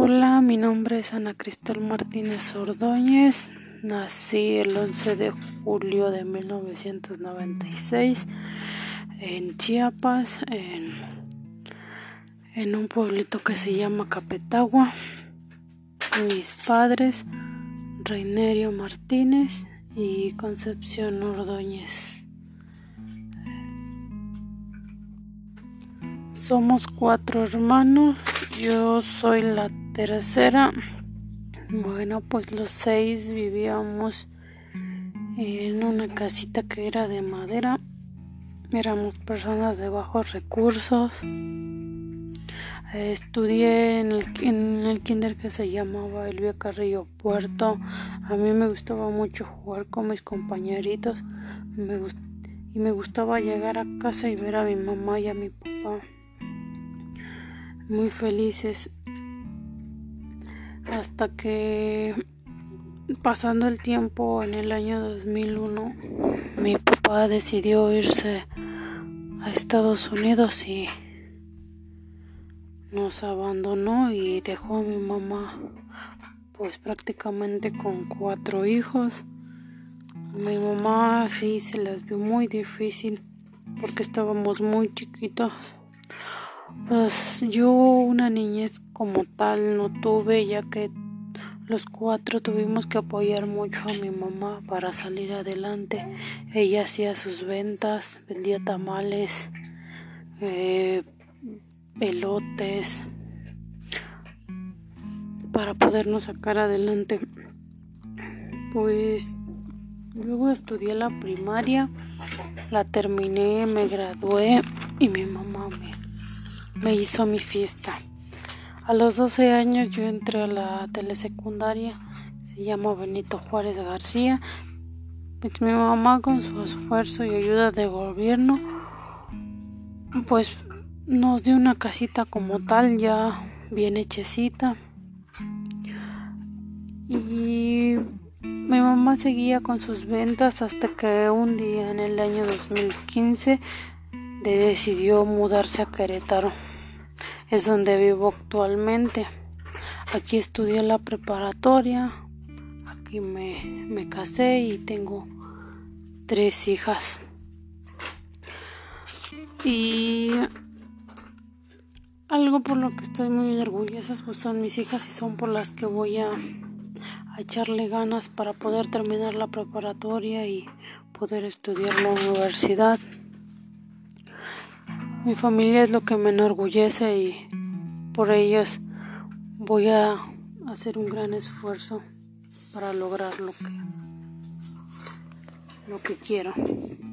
Hola, mi nombre es Ana Cristal Martínez Ordóñez. Nací el 11 de julio de 1996 en Chiapas, en un pueblito que se llama Capetagua. Mis padres, Reinerio Martínez y Concepción Ordóñez. Somos 4 hermanos, yo soy la tercera. Bueno, pues los 6 vivíamos en una casita que era de madera. Éramos personas de bajos recursos. Estudié en el kinder que se llamaba Elvia Carrillo Puerto. A mí me gustaba mucho jugar con mis compañeritos. Me gustaba llegar a casa y ver a mi mamá y a mi papá muy felices. Hasta que, pasando el tiempo, en el año 2001, mi papá decidió irse a Estados Unidos y nos abandonó y dejó a mi mamá pues prácticamente con 4 hijos. Mi mamá sí se las vio muy difícil porque estábamos muy chiquitos. Pues yo una niñez como tal no tuve, ya que los 4 tuvimos que apoyar mucho a mi mamá para salir adelante. Ella hacía sus ventas, vendía tamales, elotes, para podernos sacar adelante. Pues luego estudié la primaria, la terminé, me gradué y mi mamá me hizo mi fiesta. A los 12 años yo entré a la telesecundaria, se llama Benito Juárez García. Pues mi mamá, con su esfuerzo y ayuda del gobierno, pues nos dio una casita como tal, ya bien hechecita. Y mi mamá seguía con sus ventas hasta que un día en el año 2015 decidió mudarse a Querétaro. Es donde vivo actualmente. Aquí estudié la preparatoria, aquí me casé y tengo 3 hijas. Y algo por lo que estoy muy orgullosa pues son mis hijas y son por las que voy a echarle ganas para poder terminar la preparatoria y poder estudiar la universidad. Mi familia es lo que me enorgullece y por ellas voy a hacer un gran esfuerzo para lograr lo que quiero.